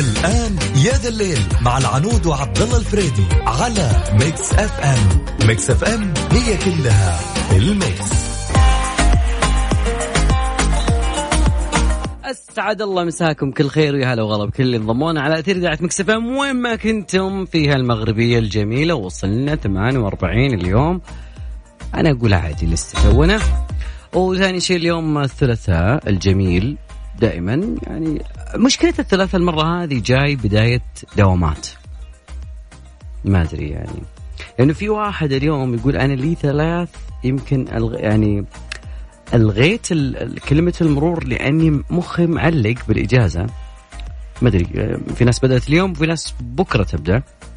الآن يا ذا الليل مع العنود وعبد الله الفريدي على ميكس اف ام. ميكس اف ام هي كلها الميكس. أسعد الله مساكم كل خير ويا هلا وغلا بكل اللي انضمونا على أثير إذاعة ميكس اف ام وين ما كنتم فيها المغربية الجميلة. وصلنا 48 اليوم، أنا أقول عادي لسه تونا. وثاني شيء اليوم الثلاثاء الجميل دائما، يعني مشكلة الثلاثاء المرة هذه جاي بداية دوامات، ما أدري يعني لأنه في واحد اليوم يقول أنا لي ثلاث يمكن يعني الغيت كلمة المرور لأني مخي معلق بالإجازة. ما أدري، في ناس بدأت اليوم وفي ناس بكرة تبدأ،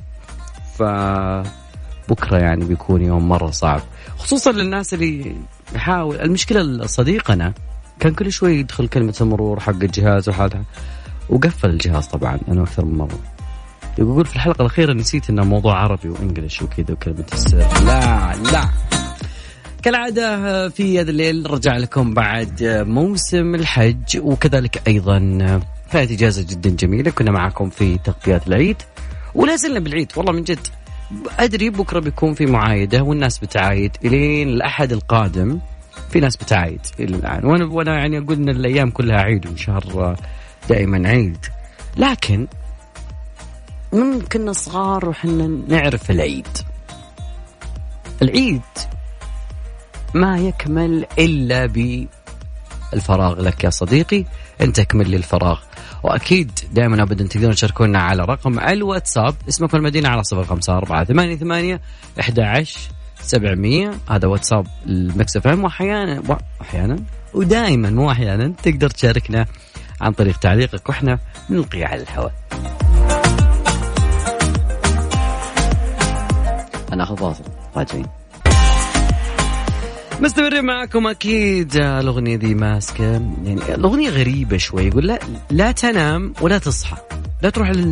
فبكرة يعني بيكون يوم مرة صعب، خصوصا للناس اللي يحاول. المشكلة صديقنا كان كل شوي يدخل كلمة المرور حق الجهاز وحالها وقفل الجهاز طبعا أنا أكثر من مرة. يقول في الحلقة الأخيرة نسيت إنه موضوع عربي وإنجليش وكذا وكلمة السر. لا كالعادة في هذا الليل رجع لكم بعد موسم الحج، وكذلك أيضا كانت إجازة جدا جميلة. كنا معكم في تغطيات العيد ولا زلنا بالعيد والله من جد. أدري بكرة بيكون في معايدة والناس بتعايد إلين الأحد القادم، في ناس بتعايد إلى الآن، وأنا يعني أقول إن الأيام كلها عيد والشهر دائما عيد. لكن من كنا صغار وحنا نعرف العيد ما يكمل إلا بالفراغ. لك يا صديقي أنت اكمل لي الفراغ. وأكيد دائما أبدا تقدرون تشاركونا على رقم الواتساب، اسمك والمدينة على 0548811700. هذا واتساب الميكس اف ام. وأحيانا ودائما مو أحيانا تقدر تشاركنا عن طريق تعليقك وإحنا نلقي على الهواء. أنا أخذ فاصل راجعين مستمرين معكم. أكيد الأغنية دي ماسكة، يعني الأغنية غريبة شوي. يقول لا تنام ولا تصحى، لا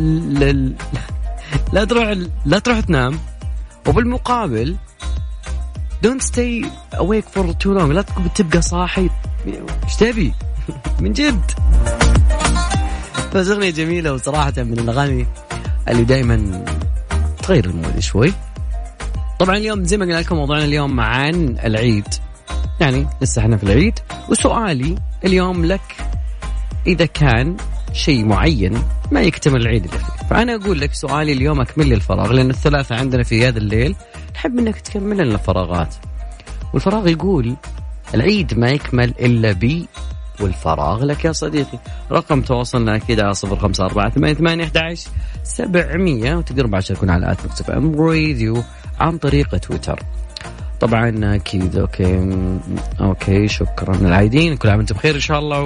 تروح تنام، وبالمقابل don't stay awake for too long، لا تبقى صاحي. ايش تبي من جد؟ فأغنية جميلة وصراحة من الأغاني اللي دايما تغير المود شوي. طبعا اليوم زي ما قلنا لكم موضوعنا اليوم عن العيد، يعني لسه احنا في العيد. وسؤالي اليوم لك، إذا كان شيء معين ما يكتمل العيد اللي فيه، فأنا أقول لك سؤالي اليوم أكمل لي الفراغ، لأن الثلاثة عندنا في هذا الليل نحب أنك تكمل لنا الفراغات. والفراغ يقول العيد ما يكمل إلا بي والفراغ لك يا صديقي. رقم تواصلنا أكيد على 0548811700، وتقدروا بعد تشاركونا على ميكس اف ام راديو عن طريق تويتر. طبعا أكيد أوكي شكرا للعايدين، كل عام وانتم بخير إن شاء الله،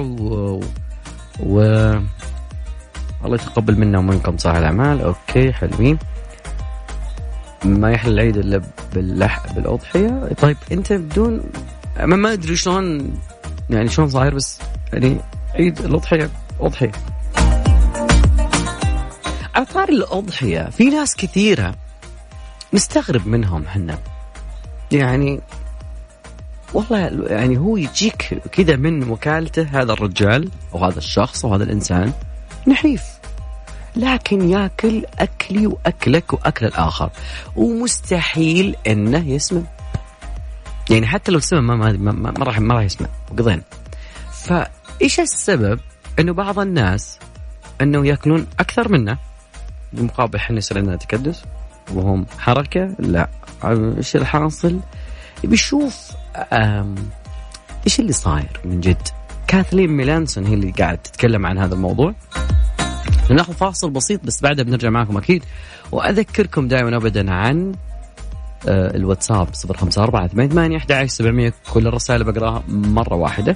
الله يتقبل منا ومنكم صالح الأعمال. أوكي حلوين. ما يحل العيد إلا بالأضحية. طيب أنت بدون ما أدري شلون يعني شلون صاير، بس يعني عيد الأضحية أضحية. أثار الأضحية في ناس كثيرة مستغرب منهم حنا، يعني والله يعني هو يجيك كذا من وكالته هذا الرجال أو هذا الشخص أو هذا الإنسان نحيف، لكن يأكل أكلي وأكلك وأكل الآخر، ومستحيل إنه يسمن. يعني حتى لو سمن ما راح يسمن وقضينا. فإيش السبب إنه بعض الناس إنه يأكلون أكثر منا، بالمقابل إحنا يصير عندنا تكدس وهم حركة؟ لا. إيش الحاصل؟ بيشوف إيش اللي صاير من جد. كاثلين ميلانسون هي اللي قاعد تتكلم عن هذا الموضوع. ناخذ فاصل بسيط بس بعدها بنرجع معكم أكيد. وأذكركم دائما أبدا عن الواتساب 0548811700. كل الرسائل بقراها مرة واحدة.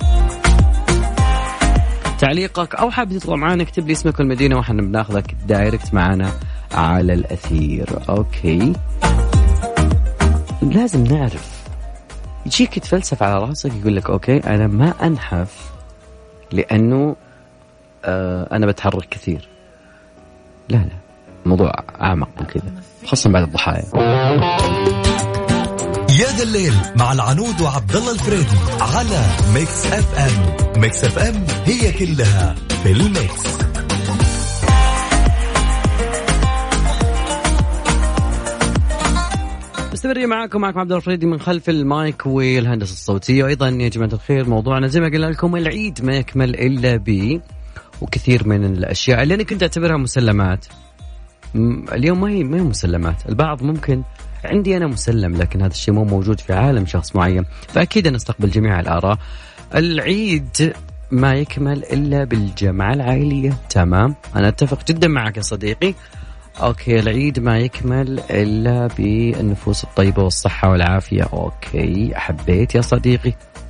تعليقك أو حاب تطلع معنا اكتب لي اسمك والمدينة وحنا بناخذك دايركت معنا على الأثير. أوكي لازم نعرف، يجيك يتفلسف على راسك يقول لك أوكي أنا ما أنحف لأنه أنا بتحرك كثير. لا الموضوع أعمق من كذا، خاصة بعد الضحايا. يا ذا الليل مع العنود وعبد الله الفريدي على ميكس اف ام. ميكس اف ام هي كلها في الميكس. مستمرين معكم عبد الله الفريدي من خلف المايك والهندسة الصوتية. وأيضا يا جماعة الخير موضوعنا زي ما قلنا لكم العيد ما يكمل إلا ب وكثير من الأشياء اللي أنا كنت أعتبرها مسلمات اليوم ما هي مسلمات. البعض ممكن عندي أنا مسلم لكن هذا الشيء مو موجود في عالم شخص معين. فأكيد أنا أستقبل جميع الآراء. العيد ما يكمل إلا بالجمعة العائلية. تمام أنا أتفق جدا معك يا صديقي. أوكي العيد ما يكمل إلا بالنفوس الطيبة والصحة والعافية. أوكي حبيت يا صديقي.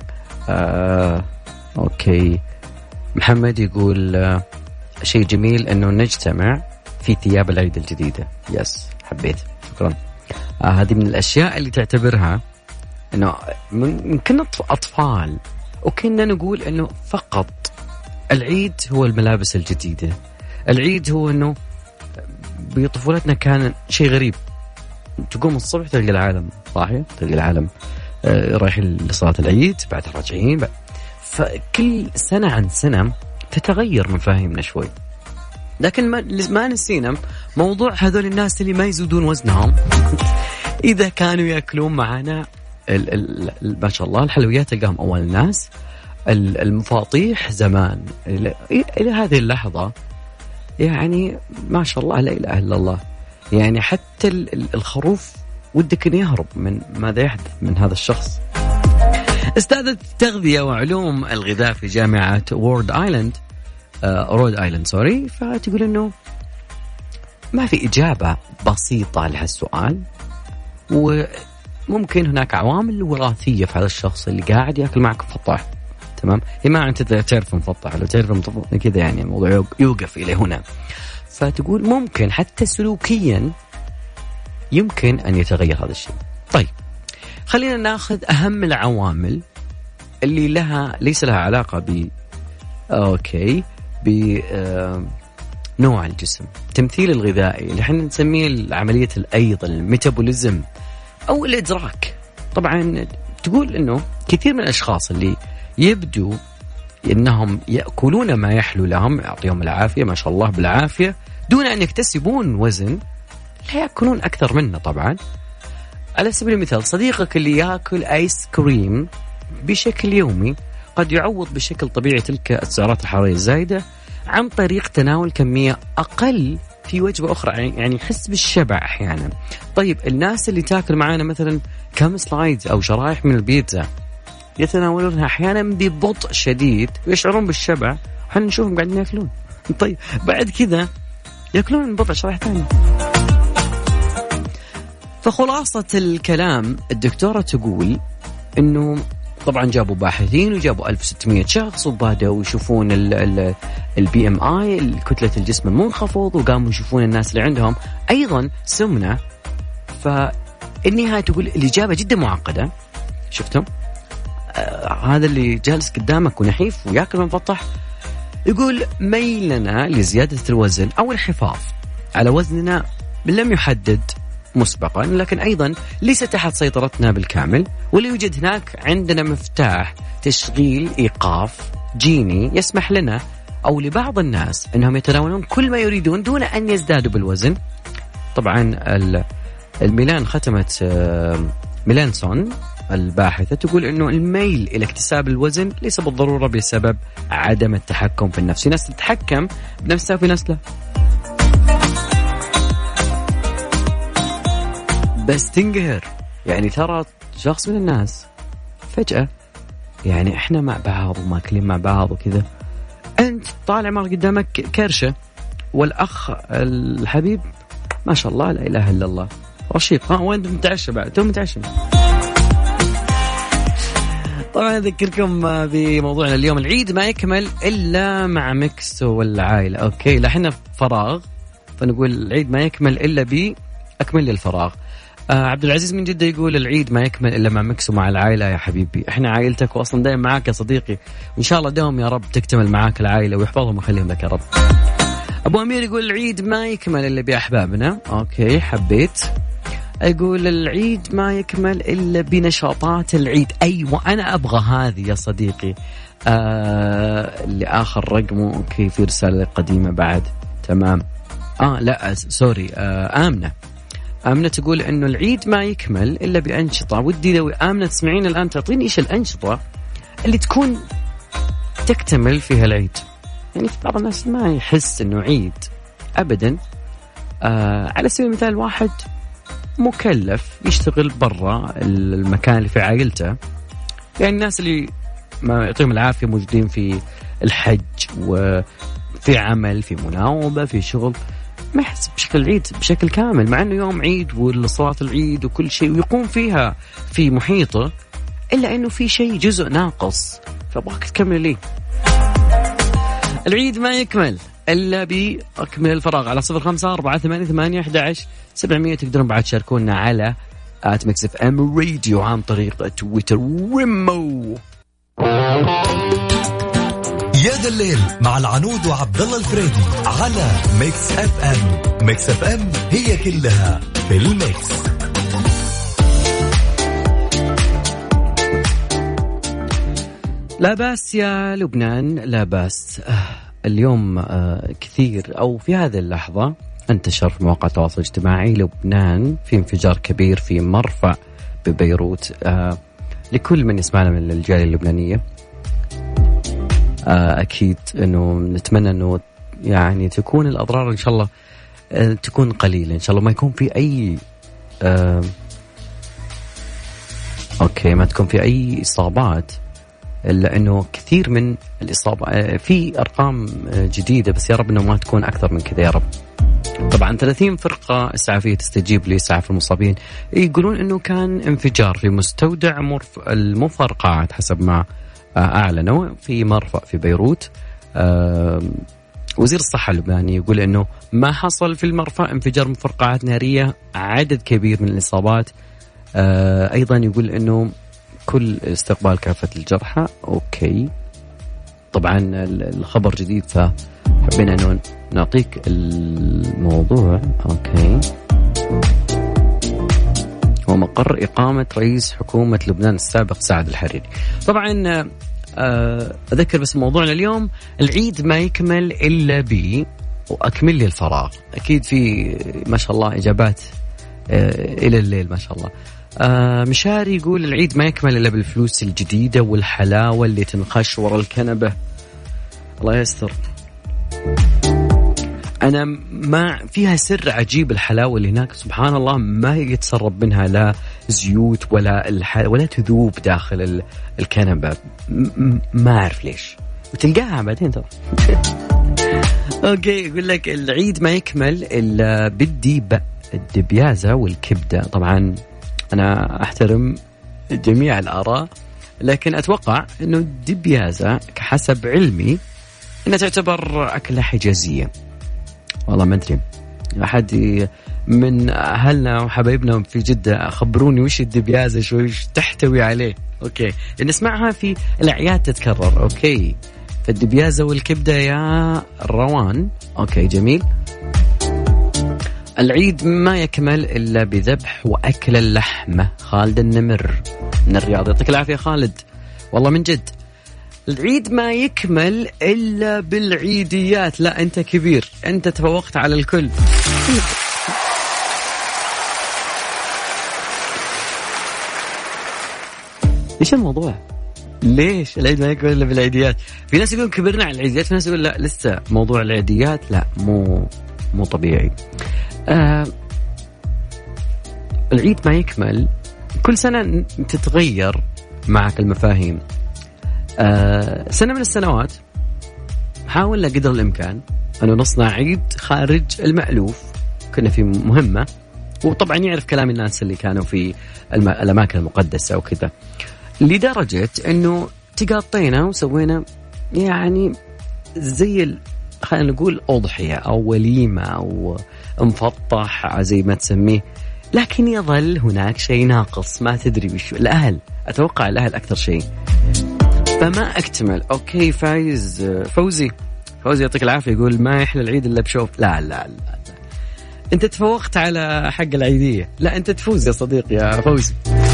أوكي محمد يقول شيء جميل أنه نجتمع في ثياب العيد الجديدة. يس حبيت شكرا. هذه من الأشياء اللي تعتبرها أنه كنا أطفال وكنا نقول أنه فقط العيد هو الملابس الجديدة. العيد هو أنه بطفولتنا كان شيء غريب. تقوم الصبح تلقى العالم صاحي تلقى العالم رايحين لصلاة العيد بعد راجعين فكل سنة عن سنة تتغير مفاهيمنا شوي. لكن ما نسينا موضوع هذول الناس اللي ما يزودون وزنهم إذا كانوا يأكلون معنا ما شاء الله الحلويات تلقاهم أول الناس. المفاطيح زمان إلى هذه اللحظة يعني ما شاء الله لا إله إلا الله. يعني حتى الخروف ودك أن يهرب من ماذا يحدث من هذا الشخص. استاذة التغذية وعلوم الغذاء في جامعة رود آيلاند فتقول أنه ما في إجابة بسيطة لهالسؤال وممكن هناك عوامل وراثية في هذا الشخص اللي قاعد يأكل معك مفطح. تمام هي ما أنت تعرف مفطح لو تعرف مفطح كذا يعني الموضوع يوقف إلى هنا. فتقول ممكن حتى سلوكيا يمكن أن يتغير هذا الشيء. طيب خلينا ناخذ أهم العوامل اللي ليس لها علاقة بنوع الجسم. التمثيل الغذائي اللي احنا نسميه عملية الأيض الميتابوليزم أو الإدراك. طبعا تقول إنه كثير من الأشخاص اللي يبدو إنهم يأكلون ما يحلو لهم يعطيهم العافية ما شاء الله بالعافية دون أن يكتسبون وزن لا يأكلون أكثر منه. طبعا على سبيل المثال صديقك اللي يأكل آيس كريم بشكل يومي قد يعوض بشكل طبيعي تلك السعرات الحرارية الزايدة عن طريق تناول كمية أقل في وجبة أخرى يعني يحس بالشبع أحيانا. طيب الناس اللي تأكل معانا مثلا كم سلايد أو شرائح من البيتزا يتناولونها أحيانا ببطء شديد ويشعرون بالشبع وحنا نشوفهم قاعدين يأكلون. طيب بعد كذا يأكلون ببطء شرائح ثانية. فخلاصة الكلام الدكتورة تقول إنه طبعا جابوا باحثين وجابوا 1600 شخص وبدأوا يشوفون البي ام اي كتلة الجسم المنخفض وقاموا يشوفون الناس اللي عندهم أيضا سمنة. فالنهاية تقول الإجابة جدا معقدة. شفتم هذا اللي جالس قدامك ونحيف ويأكل مفطح يقول ميلنا لزيادة الوزن أو الحفاظ على وزننا لم يحدد مسبقا لكن أيضا ليس تحت سيطرتنا بالكامل ولا يوجد هناك عندنا مفتاح تشغيل إيقاف جيني يسمح لنا أو لبعض الناس أنهم يتناولون كل ما يريدون دون أن يزدادوا بالوزن. طبعا الميلان ختمت ميلانسون الباحثة تقول أنه الميل إلى اكتساب الوزن ليس بالضرورة بسبب عدم التحكم في النفس. في ناس تتحكم بنفسها في ناس لا. بس تنقهر يعني ترى شخص من الناس فجأة يعني احنا مع بعض وماكلين مع بعض وكذا انت طالع مر قدامك كرشة والأخ الحبيب ما شاء الله لا إله إلا الله رشيق وين متعشى بعد تو متعشى. طبعا أذكركم بموضوعنا اليوم العيد ما يكمل إلا مع ميكس والعائلة. أوكي لحنا فراغ فنقول العيد ما يكمل إلا بأكمل الفراغ. عبد العزيز من جدة يقول العيد ما يكمل إلا مع مكس ومع العائلة يا حبيبي. إحنا عائلتك وأصلا دائما معاك يا صديقي وإن شاء الله دوم يا رب تكتمل معاك العائلة ويحفظهم ويخليهم لك يا رب. أبو أمير يقول العيد ما يكمل إلا بأحبابنا. أوكي حبيت. يقول العيد ما يكمل إلا بنشاطات العيد. أيوة أنا أبغى هذه يا صديقي. اللي آخر رقمه أوكي في رسالة قديمة بعد. تمام لا سوري آمنة آمنة تقول إنه العيد ما يكمل إلا بأنشطة. ودي لو آمنة تسمعين الآن تعطيني إيش الأنشطة اللي تكون تكتمل فيها العيد. يعني في بعض الناس ما يحس إنه عيد أبدا. على سبيل المثال واحد مكلف يشتغل برا المكان اللي في عائلته، يعني الناس اللي ما يعطيهم العافية موجودين في الحج وفي عمل في مناوبة في شغل، ما يحس بشكل العيد بشكل كامل، مع أنه يوم عيد والصلاة العيد وكل شيء ويقوم فيها في محيطه، إلا أنه في شيء جزء ناقص فباك تكمل ليه. العيد ما يكمل إلا بأكمل الفراغ. على 0548811700 تقدرون بعد تشاركونا على @mixfmradio عن طريق تويتر ومو. يا ذا الليل مع العنود وعبد الله الفريدي على ميكس اف ام. ميكس اف ام هي كلها في الميكس. لا باس يا لبنان، لا باس. اليوم كثير أو في هذه اللحظة انتشر في مواقع التواصل الاجتماعي لبنان في انفجار كبير في مرفأ ببيروت. لكل من يسمعنا من الجالية اللبنانية أكيد أنه نتمنى أنه يعني تكون الأضرار إن شاء الله تكون قليلة، إن شاء الله ما يكون في أي ما تكون في أي إصابات، إلا أنه كثير من الإصابة في أرقام جديدة، بس يا رب أنه ما تكون أكثر من كذا يا رب. طبعا 30 فرقة إسعافية تستجيب لإسعاف المصابين. يقولون أنه كان انفجار في مستودع المفرقعات حسب ما أعلنوا في مرفأ في بيروت. وزير الصحة اللبناني يقول أنه ما حصل في المرفأ انفجار مفرقعات نارية، عدد كبير من الإصابات. أيضا يقول أنه كل استقبال كافة الجرحى. أوكي طبعا الخبر جديد فحبينا أنه نعطيك الموضوع. أوكي ومقر إقامة رئيس حكومة لبنان السابق سعد الحريري. طبعا أذكر بس موضوعنا اليوم العيد ما يكمل إلا وأكمل لي الفراغ. أكيد في ما شاء الله إجابات إلى الليل ما شاء الله. مشاري يقول العيد ما يكمل إلا بالفلوس الجديدة والحلاوة اللي تنخش ورا الكنبة. الله يستر. أنا ما فيها سر عجيب الحلاوة اللي هناك سبحان الله، ما يتسرب منها لا زيوت ولا تذوب داخل الكنبة. ما أعرف ليش، وتلقاها بعدين ترى. أوكي يقول لك العيد ما يكمل إلا الدبيازة والكبدة. طبعا أنا أحترم جميع الآراء، لكن أتوقع أنه الدبيازة كحسب علمي أنها تعتبر أكلة حجازية. والله ما أدري، أحد من أهلنا وحبايبنا في جدة خبروني وش الدبيازة، وش تحتوي عليه. أوكي نسمعها في الأعياد تتكرر. أوكي فالدبيازة والكبدة يا روان. أوكي جميل. العيد ما يكمل إلا بذبح وأكل اللحمة. خالد النمر من الرياض، يعطيك العافية خالد والله من جد. العيد ما يكمل إلا بالعيديات. لا أنت كبير، أنت تفوقت على الكل. إيش الموضوع؟ ليش العيد ما يكمل إلا بالعيديات؟ في ناس يقولون كبرنا على العيديات، في ناس يقول لا لسه موضوع العيديات لا مو طبيعي. العيد ما يكمل، كل سنة تتغير معك المفاهيم. سنة من السنوات حاولنا قدر الإمكان أنه نصنع عيد خارج المألوف، كنا في مهمة، وطبعا يعرف كلام الناس اللي كانوا في الأماكن المقدسة وكذا، لدرجة أنه تقاطينا وسوينا يعني زي خلينا نقول أضحية أو وليمة أو مفطح زي ما تسميه، لكن يظل هناك شيء ناقص ما تدري وش. الأهل، أتوقع الأهل أكثر شيء، فما أكتمل. أوكي فوزي يعطيك العافية يقول ما يحلى العيد إلا بشوف. لا أنت تفوقت على حق العيدية، لا أنت تفوز يا صديقي يا فوزي.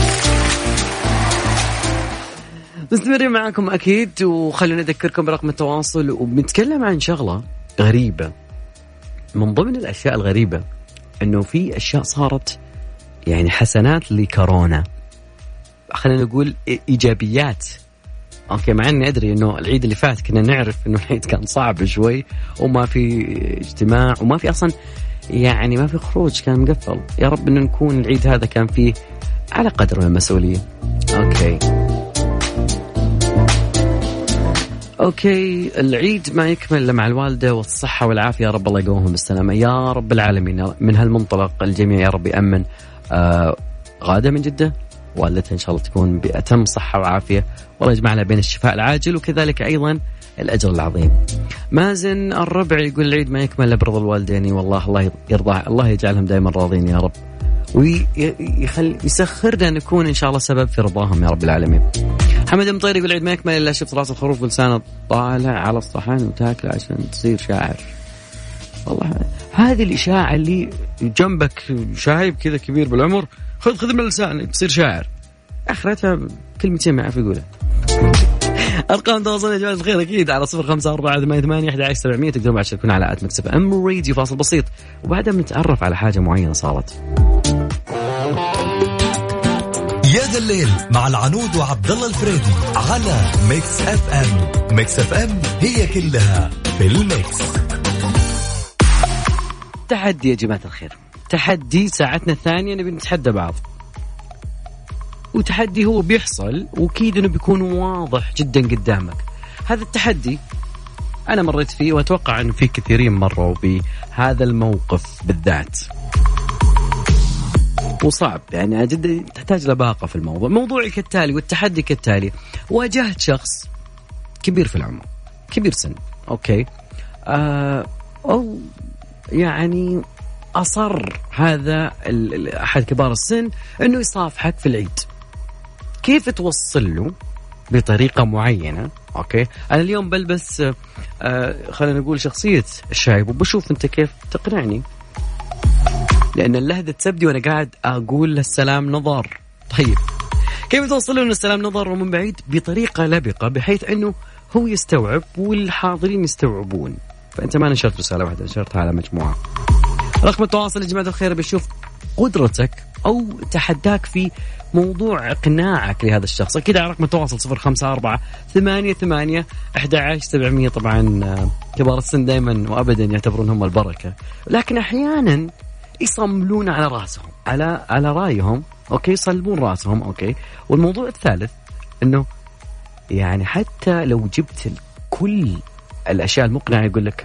مستمرين معكم أكيد، وخلونا نذكركم برقم التواصل، وبنتكلم عن شغلة غريبة. من ضمن الأشياء الغريبة أنه في أشياء صارت يعني حسنات لكورونا، خلينا نقول إيجابيات. أوكي، مع أني أدري أنه العيد اللي فات كنا نعرف أنه العيد كان صعب شوي وما في اجتماع وما في أصلا يعني ما في خروج، كان مقفل. يا رب أنه نكون العيد هذا كان فيه على قدر من المسؤولية. أوكي، العيد ما يكمل إلا مع الوالدة والصحة والعافية، يا رب الله يقومهم بالسلامة يا رب العالمين. من هالمنطلق الجميع يا رب يأمن غادة من جدة، والدتها إن شاء الله تكون بأتم صحة وعافية، والله يجمعنا بين الشفاء العاجل وكذلك أيضا الأجر العظيم. مازن الربع يقول العيد ما يكمل إلا برضا الوالدين، والله الله يرضى، الله يجعلهم دائما راضين يا رب، ويسخرنا نكون إن شاء الله سبب في رضاهم يا رب العالمين. حمد مطير يقول العيد ما يكمل إلا شفت راس الخروف ولسانه طالع على الصحن وتاكله عشان تصير شاعر. والله هذه الإشاعة اللي جنبك شايب كذا كبير بالعمر، خذ من اللسان تصير شاعر، آخرتها كلمتين ما أعرف يقولها. أرقام تواصل يا جماعة الخير أكيد على 0548811700. تقدرون بعد تشاركونا على @mixfm راديو. فاصل بسيط وبعدها بنتعرف على حاجة معينة صارت. يا ذا الليل مع العنود وعبد الله الفريدي على ميكس اف ام. ميكس اف ام هي كلها في الميكس. تحدي يا جماعة الخير، تحدي ساعتنا الثانية نبي نتحدى بعض، وتحدي هو بيحصل وكيد انه بيكون واضح جدا قدامك. هذا التحدي انا مريت فيه واتوقع انه في كثيرين مروا بهذا الموقف بالذات، وصعب يعني جدا تحتاج لباقة في الموضوع. موضوعي كالتالي والتحدي كالتالي: واجهت شخص كبير في العمر، كبير سن، اوكي، او يعني أصر هذا أحد كبار السن أنه يصافحك في العيد. كيف توصل له بطريقة معينة؟ أوكي، أنا اليوم بلبس خلينا نقول شخصية الشايب وبشوف أنت كيف تقنعني، لأن اللهدة تسبدي وأنا قاعد أقول للسلام نظر. طيب كيف توصل له أن السلام نظر ومن بعيد بطريقة لبقة بحيث أنه هو يستوعب والحاضرين يستوعبون؟ فأنت ما نشرت رسالة واحدة، نشرتها على مجموعة. رقم التواصل يا جماعة الخير بيشوف قدرتك أو تحداك في موضوع إقناعك لهذا الشخص. أكيد على رقم التواصل 0548811700. طبعا كبار السن دائما وأبدا يعتبرون هم البركة، لكن أحيانا يصملون على رأسهم، على رأيهم، أوكي، يصلبون رأسهم، أوكي. والموضوع الثالث أنه يعني حتى لو جبت كل الأشياء المقنعة يقول لك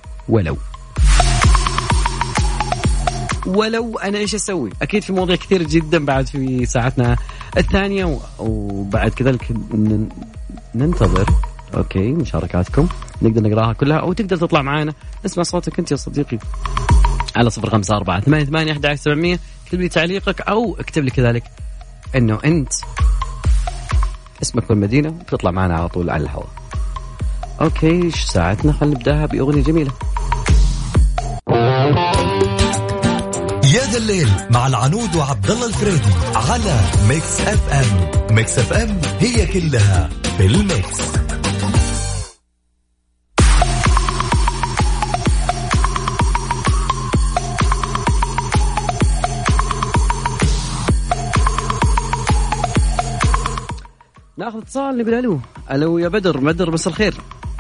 ولو أنا إيش أسوي. أكيد في مواضيع كثير جدا بعد في ساعتنا الثانية، وبعد كذلك ننتظر أوكي مشاركاتكم، نقدر نقراها كلها أو تقدر تطلع معانا نسمع صوتك أنت يا صديقي على 0548811700. اكتب لي تعليقك أو اكتب لي كذلك أنه أنت اسمك والمدينة وتطلع معانا على طول على الهواء. أوكي ساعتنا خلينا نبداها بأغنية جميلة. يا ذا الليل مع العنود وعبد الله الفريدي على ميكس اف ام. ميكس اف ام هي كلها في الميكس. ناخذ اتصال نقول الو يا بدر مساء الخير.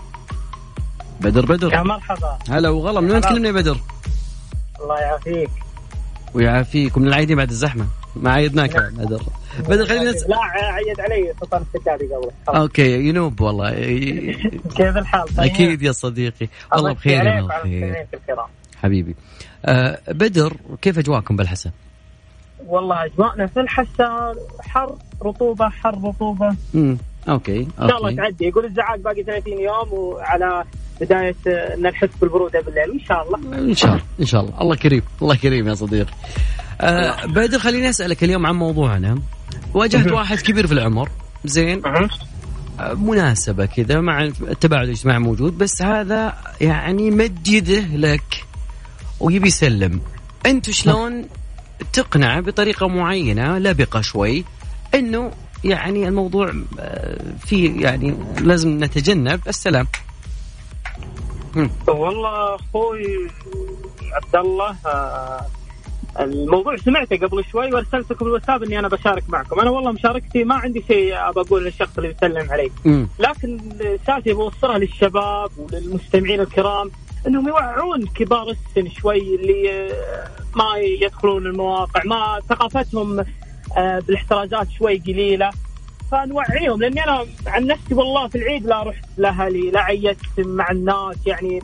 بدر يا مرحبا. هلا وغلا، من وين تكلمنا يا بدر؟ الله يعافيك ويعافيك من العيدين بعد الزحمة، ما عيدناك يا بدر خلينا لا عيد علي سلطان السكاري قبل. اوكي ينوب والله. كيف الحال؟ طيب. اكيد يا صديقي والله بخير يا بخير حبيبي. بدر كيف اجواءكم بالحسن؟ والله اجواءنا في الحسن حر رطوبة اوكي ان شاء الله تعدي. يقول الزعاق باقي 30 يوم وعلى بداية نحس بالبرودة بالليل إن شاء الله. إن شاء الله. الله كريم يا صديقي. بدر خليني أسألك اليوم عن موضوعنا. واجهت واحد كبير في العمر، زين، مناسبة كذا مع التباعد الاجتماعي موجود، بس هذا يعني مد يده لك ويبي يسلم. أنت شلون تقنع بطريقة معينة لبقة شوي إنه يعني الموضوع فيه يعني لازم نتجنب السلام؟ والله أخوي عبد الله الموضوع سمعته قبل شوي وارسلتكم الواتساب اني انا بشارك معكم. انا والله مشاركتي ما عندي شيء ابى اقول للشخص اللي يسلم علي، لكن رسالتي بوصلها للشباب وللمستمعين الكرام انهم يوعون كبار السن شوي اللي ما يدخلون المواقع، ما ثقافتهم بالاحترازات شوي قليله، فنوعيهم. لاني انا عن نفسي والله في العيد لا رحت لاهلي لا عيدت مع الناس يعني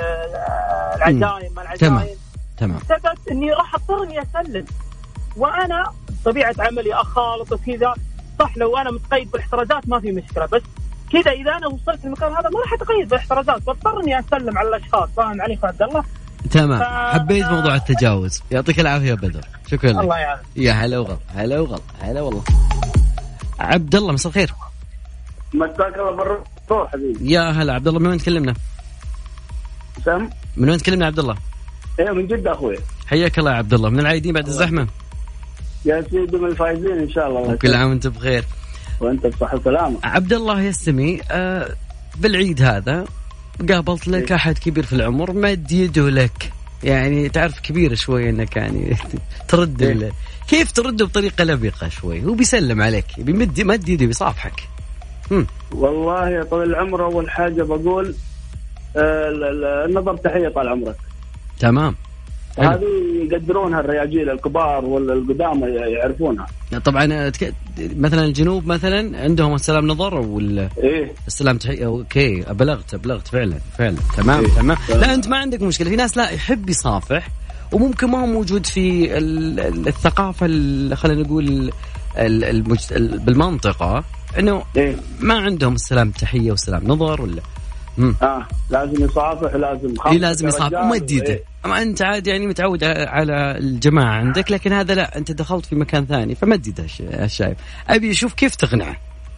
بالعزايم مع العزايم، تمام. سبب اني راح اضطر اني اسلم، وانا طبيعه عملي اخالط وكذا. صح لو انا متقيد بالاحترازات ما في مشكله، بس كذا اذا انا وصلت المكان هذا ما راح اتقيد بالاحترازات، بضطر اني اسلم على الاشخاص. فاهم علي عبد الله؟ تمام. حبيت موضوع التجاوز. يعطيك العافيه بدر، شكرا لك. الله يعافيك. يا هلا وغلا، هلا وغلا، هلا والله. عبد الله مساء الخير. مساك الله بالروح حبيبي. يا هلا عبد الله، من وين تكلمنا؟ سم. من وين تكلمنا عبد الله؟ ايه من جدة اخوي. حياك الله يا عبد الله. من العايدين بعد الزحمه؟ يا سيدي من الفايزين ان شاء الله. وكل عام وانت بخير. وانت بصحة وسلامة. عبد الله يستمي، بالعيد هذا قابلت لك احد كبير في العمر مد يده لك، يعني تعرف كبير شوي انك يعني ترد إيه؟ كيف ترده بطريقه لبقه شوي؟ هو بيسلم عليك مد يده بيصافحك. والله يا طويل العمر اول حاجه بقول النظر تحيه طال عمرك. تمام. هذه يقدرونها الرياجيل الكبار ولا القدامى يعرفونها. طبعا مثلا الجنوب مثلا عندهم السلام نظر ولا ايه السلام تحيه. اوكي بلغت فعلا تمام. إيه؟ تمام. لا انت ما عندك مشكله. في ناس لا يحب يصافح وممكن ما هو موجود في الثقافه خلينا نقول بالمنطقه انه إيه؟ ما عندهم السلام تحيه والسلام نظر ولا لازم يصافح ولازم لازم يصافح ومد يده. إيه؟ اما انت عادي يعني متعود على الجماعه عندك، لكن هذا لا، انت دخلت في مكان ثاني فمد يده. الشايب ابي اشوف كيف تقنعه.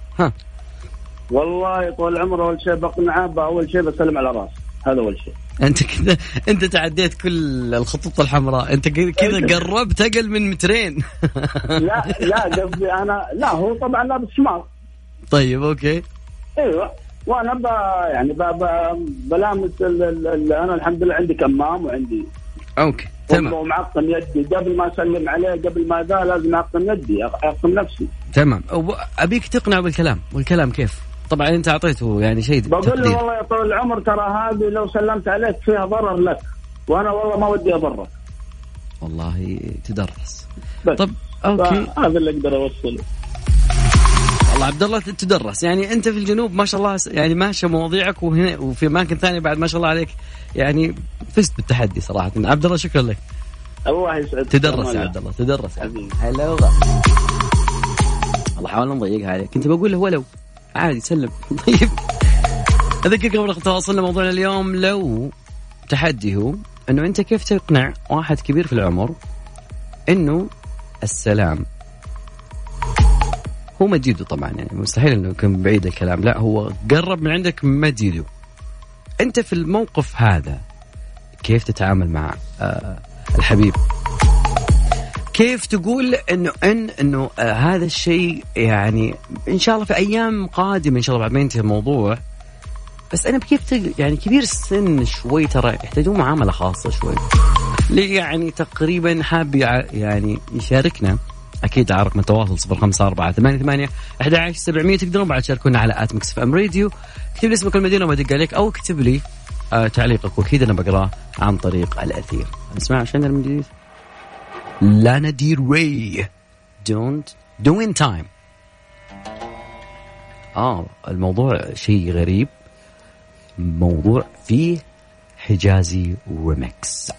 والله طول العمر اول شيء بقنعه اول شيء بسلم على راس، هذا اول شيء. انت كذا انت تعديت كل الخطوط الحمراء، انت كذا قربت اقل من مترين. لا قصدي انا لا، هو طبعا لابس شماغ. طيب اوكي. ايوه وانا يعني بلامس انا الحمد لله عندي كمام وعندي اوكي تمام ومعقم يدي قبل ما اسلم عليه، قبل ما ذا لازم اعقم يدي اعقم نفسي. تمام. ابيك تقنع بالكلام. والكلام كيف؟ طبعا انت اعطيته يعني شيء بقول له والله يا طول العمر ترى هذه لو سلمت عليك فيها ضرر لك، وانا والله ما ودي اضرك. والله تدرس. بس. طب اوكي هذا اللي اقدر اوصله. والله عبد الله تدرس. يعني انت في الجنوب ما شاء الله يعني ماشي مواضيعك، وهنا وفي اماكن ثانيه بعد ما شاء الله عليك يعني فزت بالتحدي صراحه. عبد الله شكرا لك. الله يسعدك. تدرس يا عبد الله تدرس. هلا والله. الله حاولنا نضيقها عليك. كنت بقول له ولو عادي سلم. طيب أذكرك قبل تواصلنا موضوعنا اليوم لو تحدي هو أنه أنت كيف تقنع واحد كبير في العمر أنه السلام هو مديده. طبعا يعني مستحيل أنه يكون بعيد الكلام، لا هو قرب من عندك مديده. أنت في الموقف هذا كيف تتعامل مع الحبيب؟ كيف تقول انه هذا الشيء يعني ان شاء الله في ايام قادمه ان شاء الله بعد ما ينتهي الموضوع. بس انا كيف يعني كبير السن شوي ترى يحتاجون معامله خاصه شوي. ليه يعني تقريبا حاب يعني يشاركنا. اكيد على رقم التواصل 0548811700 تقدرون بعد تشاركونا على @mixfmradio. اكتب لي اسمك المدينه وما ادق عليك، او اكتب لي تعليقك واكيد انا بقراه عن طريق الاثير. نسمع عشان من جديد لانا ديل ري Don't do in time. الموضوع شيء غريب، موضوع فيه حجازي ريمكس.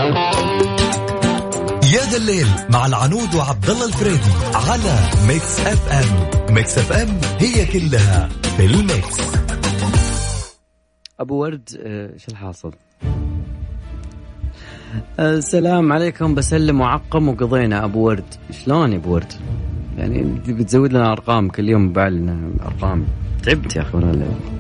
يا ذا الليل مع العنود وعبد الله الفريدي على ميكس اف ام. ميكس اف ام هي كلها في الميكس. ابو ورد شو الحاصل؟ السلام عليكم، بسلم وعقم وقضينا. أبو ورد شلون يا أبو ورد؟ يعني بتزود لنا أرقام كل يوم، بعلنا أرقام. تعبت يا أخي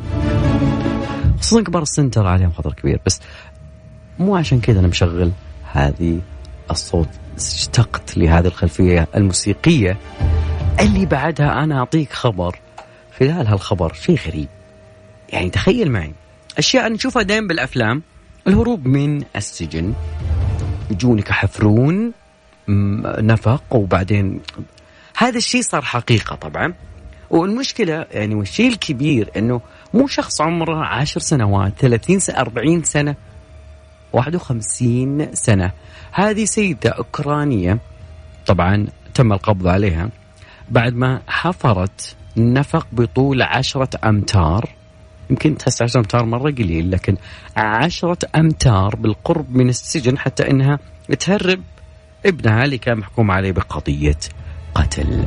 خصوصا كبار السن ترى عليهم خطر كبير. بس مو عشان كذا أنا مشغل هذه الصوت، اشتقت لهذه الخلفية الموسيقية اللي بعدها أنا أعطيك خبر. خلال هالخبر شيء غريب، يعني تخيل معي أشياء نشوفها دائما بالأفلام. الهروب من السجن، يجونك يحفرون نفق وبعدين هذا الشيء صار حقيقة طبعا. والمشكلة يعني والشيء الكبير أنه مو شخص عمره 10 سنوات 30 سنة 40 سنة 51 سنة. هذه سيدة أوكرانية طبعا تم القبض عليها بعد ما حفرت نفق بطول 10 أمتار. يمكن تحس 10 أمتار مرة قليل، لكن 10 أمتار بالقرب من السجن حتى أنها تهرب ابنها اللي كان محكوم عليه بقضية قتل.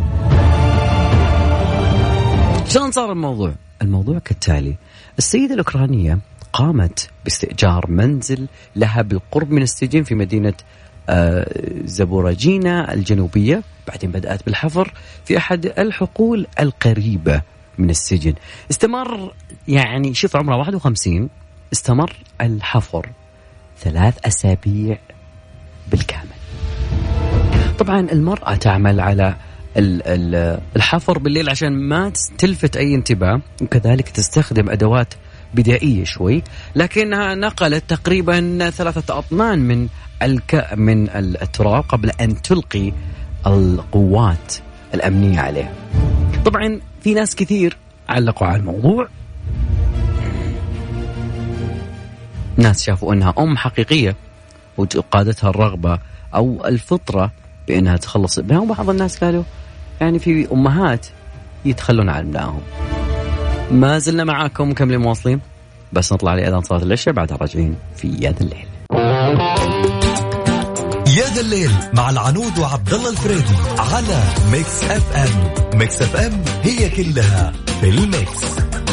شلون صار الموضوع؟ الموضوع كالتالي: السيدة الأوكرانية قامت باستئجار منزل لها بالقرب من السجن في مدينة زابوراجينا الجنوبية. بعدين بدأت بالحفر في أحد الحقول القريبة من السجن. استمر يعني شوف عمره 51، استمر الحفر 3 أسابيع بالكامل. طبعا المرأة تعمل على الحفر بالليل عشان ما تلفت أي انتباه، وكذلك تستخدم أدوات بدائية شوي، لكنها نقلت تقريبا 3 أطنان من التراب قبل أن تلقي القوات الأمنية عليها. طبعا في ناس كثير علقوا على الموضوع، ناس شافوا أنها أم حقيقية وقادتها الرغبة أو الفطرة بأنها تخلص ابنها، وبعض الناس قالوا يعني في أمهات يتخلون عن ابنائهم. ما زلنا معاكم مكملين مواصلين، بس نطلع لأذان صلاة العشاء بعدها راجعين في يا ذا الليل. يا ذا الليل مع العنود وعبد الله الفريدي على ميكس اف ام. ميكس اف ام هي كلها في الميكس.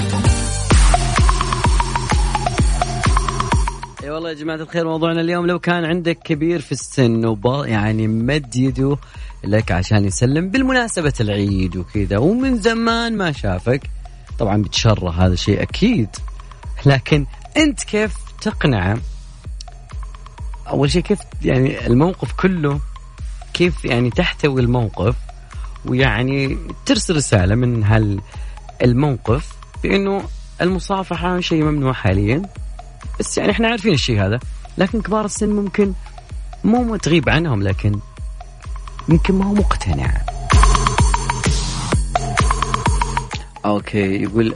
اي والله يا جماعة الخير، موضوعنا اليوم لو كان عندك كبير في السن يعني مد يده لك عشان يسلم بالمناسبة العيد وكذا ومن زمان ما شافك، طبعا بتشره هذا شيء أكيد، لكن أنت كيف تقنعه؟ أول شيء كيف يعني الموقف كله، كيف يعني تحتوي الموقف ويعني ترسل رسالة من هالموقف بأنه المصافحة شيء ممنوع حاليا، بس يعني احنا عارفين الشيء هذا، لكن كبار السن ممكن مو تغيب عنهم، لكن يمكن ما هو مقتنع. اوكي يقول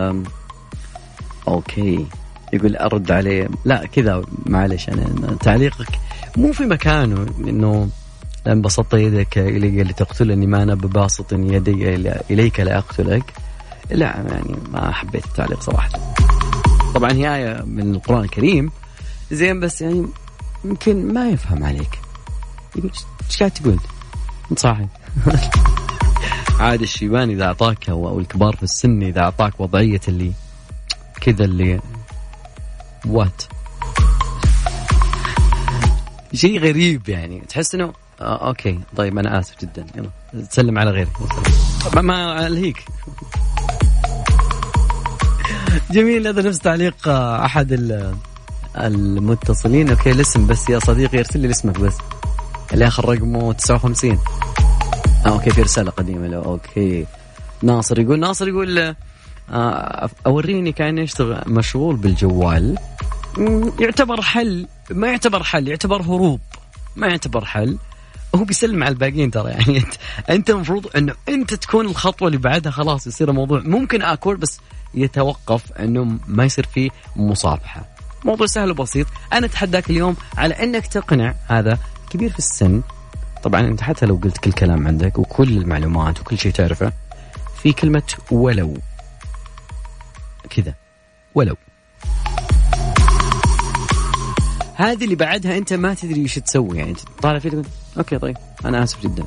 اوكي يقول ارد عليه، لا كذا معلش انا تعليقك مو في مكانه، انه لما بسطت يدك الي لتقتلني ما انا بباسط يدي اليك لاقتلك، لا يعني ما حبيت التعليق صراحه. طبعا هي آية من القرآن الكريم زين، بس يعني يمكن ما يفهم عليك، يقول ايش قاعد تقول انت صاحي. عاد الشيبان اذا اعطاك او الكبار في السن اذا اعطاك وضعية اللي كذا اللي وات شيء غريب، يعني تحس انه اوكي طيب انا اسف جدا، يلا تسلم على غيرك ما الهيك. جميل، هذا نفس تعليق احد المتصلين. اوكي الاسم بس يا صديقي، ارسل لي اسمك بس اللي اخر رقمه 59. اوكي في رسالة قديمة له. اوكي ناصر يقول اوريني كان يشتغل مشغول بالجوال. يعتبر حل؟ ما يعتبر حل، يعتبر هروب، ما يعتبر حل. هو بيسلم على الباقيين ترى، يعني انت المفروض انه انت تكون الخطوة اللي بعدها خلاص يصير الموضوع ممكن اكل، بس يتوقف انه ما يصير فيه مصافحة. موضوع سهل وبسيط. انا اتحداك اليوم على انك تقنع هذا كبير في السن. طبعا انت حتى لو قلت كل كلام عندك وكل المعلومات وكل شيء تعرفه، في كلمة ولو كذا، ولو هذه اللي بعدها انت ما تدري ايش تسوي، يعني طالع فيه تقول اوكي طيب انا اسف جدا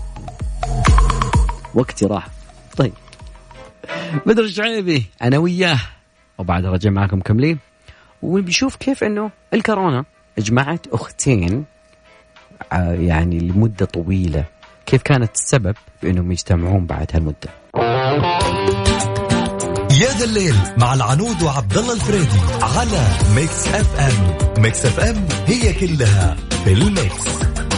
وقتي راح. طيب بدر الشعيبي انا وياه، وبعد رجع معكم كملين وبيشوف كيف انه الكورونا اجمعت اختين يعني لمدة طويلة، كيف كانت السبب في انهم يجتمعون بعد هالمدة. يا ذا الليل مع العنود وعبد الله الفريدي على ميكس اف ام. ميكس اف ام هي كلها في الميكس.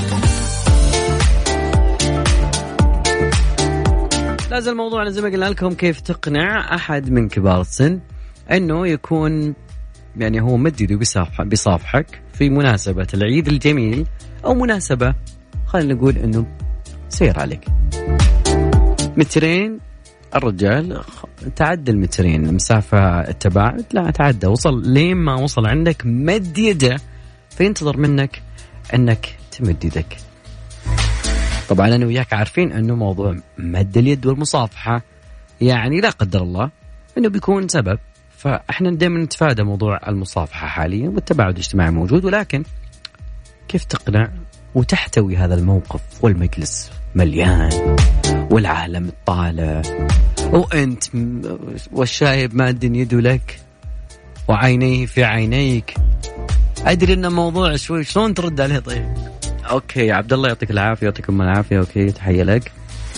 لازم الموضوع زي ما قلنا لكم كيف تقنع أحد من كبار السن أنه يكون يعني هو مدد بيصافحك في مناسبة العيد الجميل أو مناسبة خلينا نقول إنه سير عليك 2 مترين، الرجال تعدى 2 مترين مسافة التباعد، لا تعدى، وصل لين ما وصل عندك مد يده، فينتظر منك أنك تمد يدك. طبعا أنا وياك عارفين أنه موضوع مد اليد والمصافحة يعني لا قدر الله أنه بيكون سبب، فإحنا دائما نتفادى موضوع المصافحة حاليا، والتباعد الاجتماعي موجود، ولكن كيف تقنع وتحتوي هذا الموقف والمجلس مليان والعالم طالع وأنت والشايب ماد يده لك وعينيه في عينيك. أدري إن الموضوع شوي، شلون ترد عليه؟ طيب أوكي عبد الله يعطيك العافية، يعطيكم العافية، أوكي تحية لك.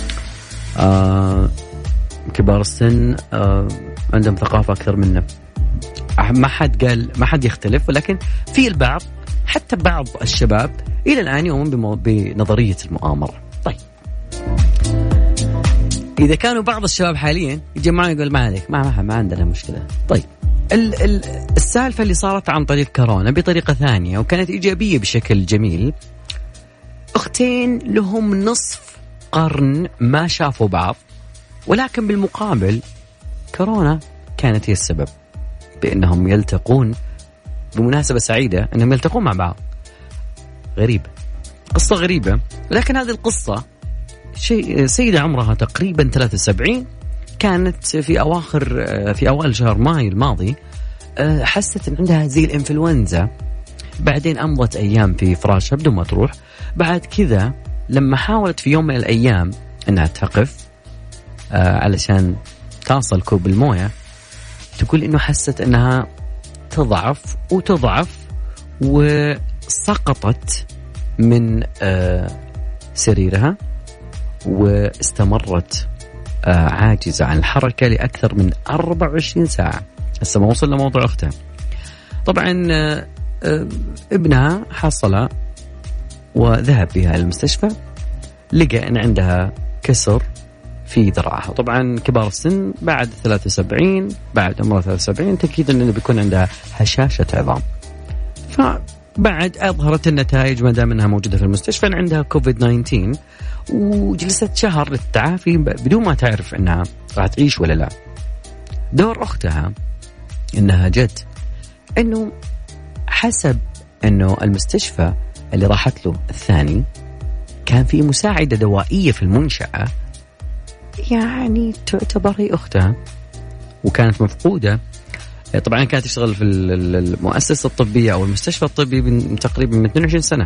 كبار السن عندهم ثقافة أكثر منا، ما حد قال، ما حد يختلف، ولكن في البعض، حتى بعض الشباب إلى الآن يؤمن بنظرية المؤامرة. طيب إذا كانوا بعض الشباب حاليا يجمعون يقول ما عليك، ما عندنا مشكلة. طيب السالفة اللي صارت عن طريق كورونا بطريقة ثانية وكانت إيجابية بشكل جميل، أختين لهم نصف قرن ما شافوا بعض، ولكن بالمقابل كورونا كانت هي السبب بأنهم يلتقون بمناسبة سعيدة، أنهم يلتقون مع بعض. غريبة، قصة غريبة، لكن هذه القصة سيدة عمرها تقريبا 73 كانت في أوائل شهر مايو الماضي، حست أن عندها زي الإنفلونزا، بعدين أمضت أيام في فراشها بدون ما تروح. بعد كذا لما حاولت في يوم من الأيام أنها تقف علشان تصل كوب الموية، تقول إنه حست أنها تضعف وسقطت من سريرها، واستمرت عاجزة عن الحركة لأكثر من 24 ساعة. هسه ما وصل لموضوع أختها. طبعا ابنها حصل وذهب بها المستشفى، لقى أن عندها كسر في ذراعها. طبعا كبار السن بعد 73، بعد عمرها 73 تأكيد أنه بيكون عندها هشاشة عظام. فبعد أظهرت النتائج ما دام أنها موجودة في المستشفى أن عندها كوفيد-19، وجلست شهر للتعافي بدون ما تعرف أنها راح تعيش ولا لا. دور أختها أنها جت أنه حسب أنه المستشفى اللي راحت له الثاني كان في مساعدة دوائية في المنشأة، يعني تعتبر هي أختها، وكانت مفقودة. طبعا كانت تشتغل في المؤسسة الطبية أو المستشفى الطبي من تقريبا من 22 سنة.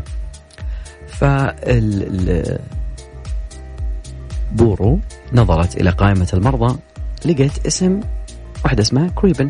بورو نظرت إلى قائمة المرضى، لقيت اسم واحدة اسمها كريبن.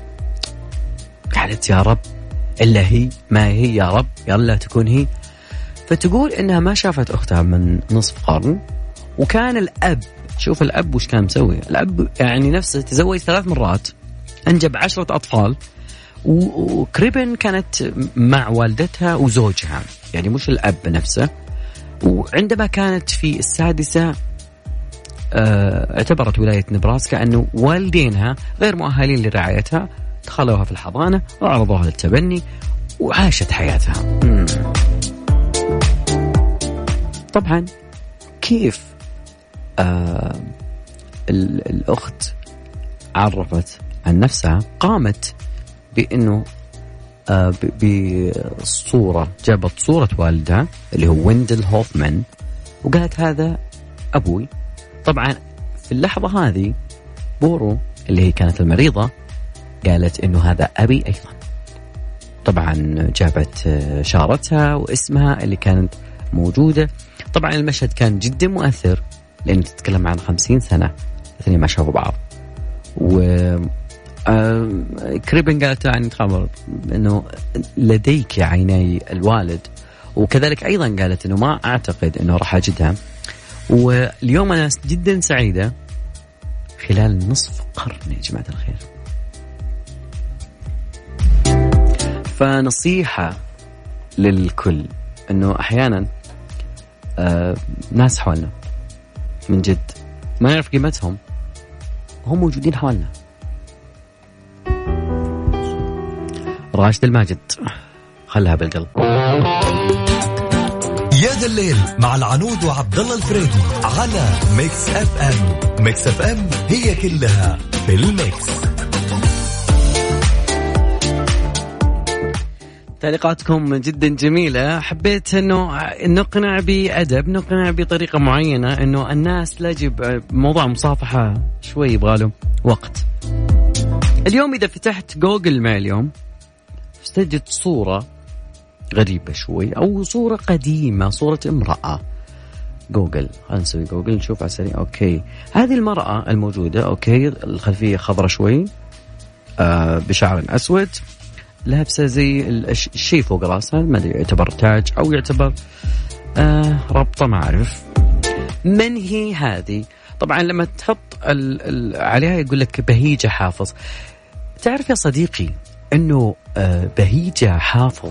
قالت يا رب إلا هي، ما هي يا رب، يلا تكون هي. فتقول إنها ما شافت أختها من نصف قرن، وكان الأب، شوف الأب وش كان مسوي. الأب يعني نفسه تزوج 3 مرات، أنجب 10 أطفال، وكريبن كانت مع والدتها وزوجها، يعني مش الأب نفسه. وعندما كانت في 6 اعتبرت ولاية نبراسكا أنه والدينها غير مؤهلين لرعايتها، دخلوها في الحضانة وعرضوها للتبني وعاشت حياتها. طبعا كيف الأخت عرفت عن نفسها؟ قامت بأنه بصورة، جابت صورة والدها اللي هو ويندل هوفمان، وقالت هذا أبوي. طبعا في اللحظة هذه بورو اللي هي كانت المريضة قالت إنه هذا أبي أيضا. طبعا جابت شارتها واسمها اللي كانت موجودة. طبعا المشهد كان جدا مؤثر، لأنه تتكلم عن 50 سنة اثنين ما شافوا بعض. و كريبن قالت يعني خبر إنه لديك عيني الوالد، وكذلك أيضا قالت إنه ما أعتقد إنه راح أجدها. واليوم أنا جدا سعيدة خلال نصف قرن يا جماعة الخير. فنصيحة للكل إنه أحيانا ناس حولنا من جد ما نعرف قيمتهم، هم موجودين حولنا. راشد الماجد، خلها بالقلب. يا ذا الليل مع العنود وعبد الله الفريدي على ميكس اف ام. ميكس اف ام هي كلها في الميكس. تعليقاتكم جدا جميلة. حبيت انه نقنع بأدب، نقنع بطريقة معينة انه الناس لا يجب موضوع مصافحة شوي يبغاله وقت. اليوم اذا فتحت جوجل مع اليوم تجد صورة غريبة شوي او صورة قديمة، صورة امرأة. جوجل، خلينا نسوي جوجل نشوف على السريع. اوكي، هذه المرأة الموجودة، اوكي، الخلفية خضرة شوي، بشعر اسود، لابسه زي الشيء فوق راسها، ما ادري يعتبر تاج او يعتبر ربطه، ما اعرف من هي هذه. طبعا لما تحط عليها يقول لك بهيجة حافظ. تعرف يا صديقي انه بهيجة حافظ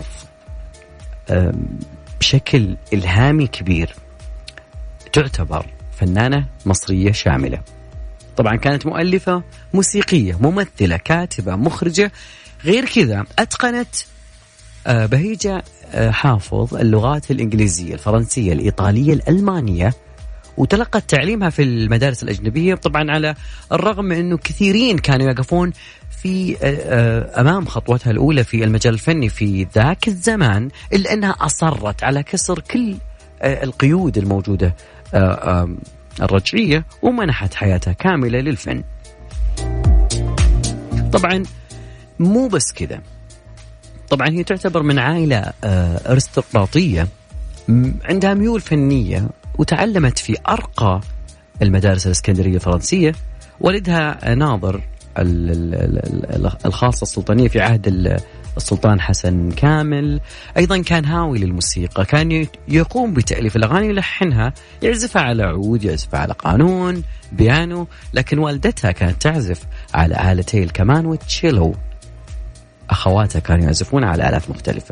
بشكل الهامي كبير تعتبر فنانة مصرية شاملة. طبعا كانت مؤلفة موسيقية، ممثلة، كاتبة، مخرجة. غير كذا أتقنت بهيجة حافظ اللغات الإنجليزية، الفرنسية، الإيطالية، الألمانية، وتلقت تعليمها في المدارس الأجنبية. طبعا على الرغم من أنه كثيرين كانوا يقفون في أمام خطوتها الأولى في المجال الفني في ذاك الزمان، إلا أنها أصرت على كسر كل القيود الموجودة الرجعية ومنحت حياتها كاملة للفن. طبعا مو بس كذا، طبعا هي تعتبر من عائلة أرستقراطية عندها ميول فنية، وتعلمت في أرقى المدارس الإسكندرية الفرنسية. والدها ناظر الخاصة السلطانية في عهد السلطان حسن كامل. أيضا كان هاوي للموسيقى، كان يقوم بتأليف الأغاني يلحنها، يعزفها على عود، يعزفها على قانون، بيانو. لكن والدتها كانت تعزف على آلتي الكمان والتشيلو. أخواتها كانوا يعزفون على آلات مختلفة.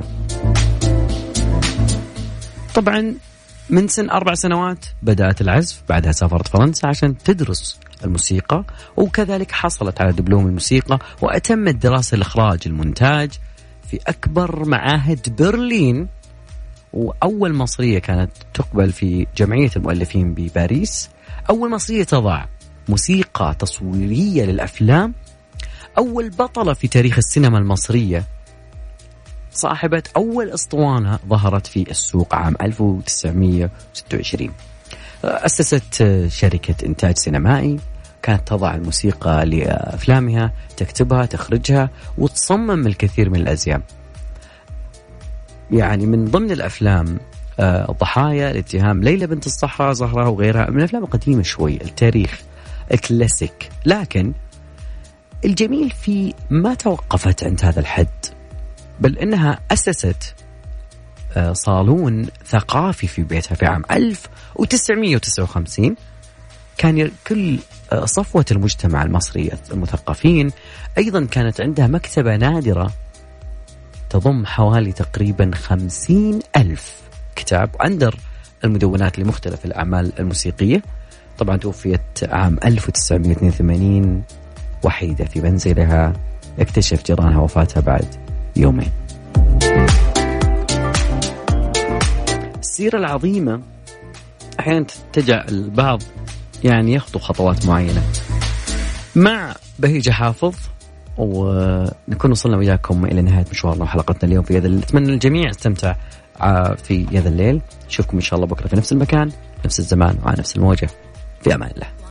طبعا من سن 4 سنوات بدأت العزف، بعدها سافرت فرنسا عشان تدرس الموسيقى، وكذلك حصلت على دبلوم الموسيقى، وأتمت دراسة الإخراج المونتاج في أكبر معاهد برلين. وأول مصرية كانت تقبل في جمعية المؤلفين بباريس، أول مصرية تضع موسيقى تصويرية للأفلام، أول بطلة في تاريخ السينما المصرية، صاحبة أول أسطوانة ظهرت في السوق عام 1926. أسست شركة إنتاج سينمائي، كانت تضع الموسيقى لأفلامها، تكتبها، تخرجها، وتصمم الكثير من الأزياء. يعني من ضمن الأفلام ضحايا الاتهام، ليلى بنت الصحراء، زهرة، وغيرها من الأفلام القديمة شوي، التاريخ، الكلاسيك. لكن الجميل في ما توقفت عند هذا الحد، بل إنها أسست صالون ثقافي في بيتها في عام 1959. كان كل صفوة المجتمع المصري المثقفين. أيضا كانت عندها مكتبة نادرة تضم حوالي تقريبا 50,000 كتاب، عندر المدونات لمختلف الأعمال الموسيقية. طبعا توفيت عام 1982 وحيدة في منزلها، اكتشف جيرانها وفاتها بعد يومين. السيرة العظيمة أحيانا تجعل البعض يعني يخطو خطوات معينة. مع بهيجة حافظ، ونكون وصلنا وياكم إلى نهاية مشوارنا وحلقتنا اليوم في هذا الليل. أتمنى الجميع استمتع في هذا الليل. نشوفكم إن شاء الله بكرة في نفس المكان، نفس الزمان، وعلى نفس الموجة. في أمان الله.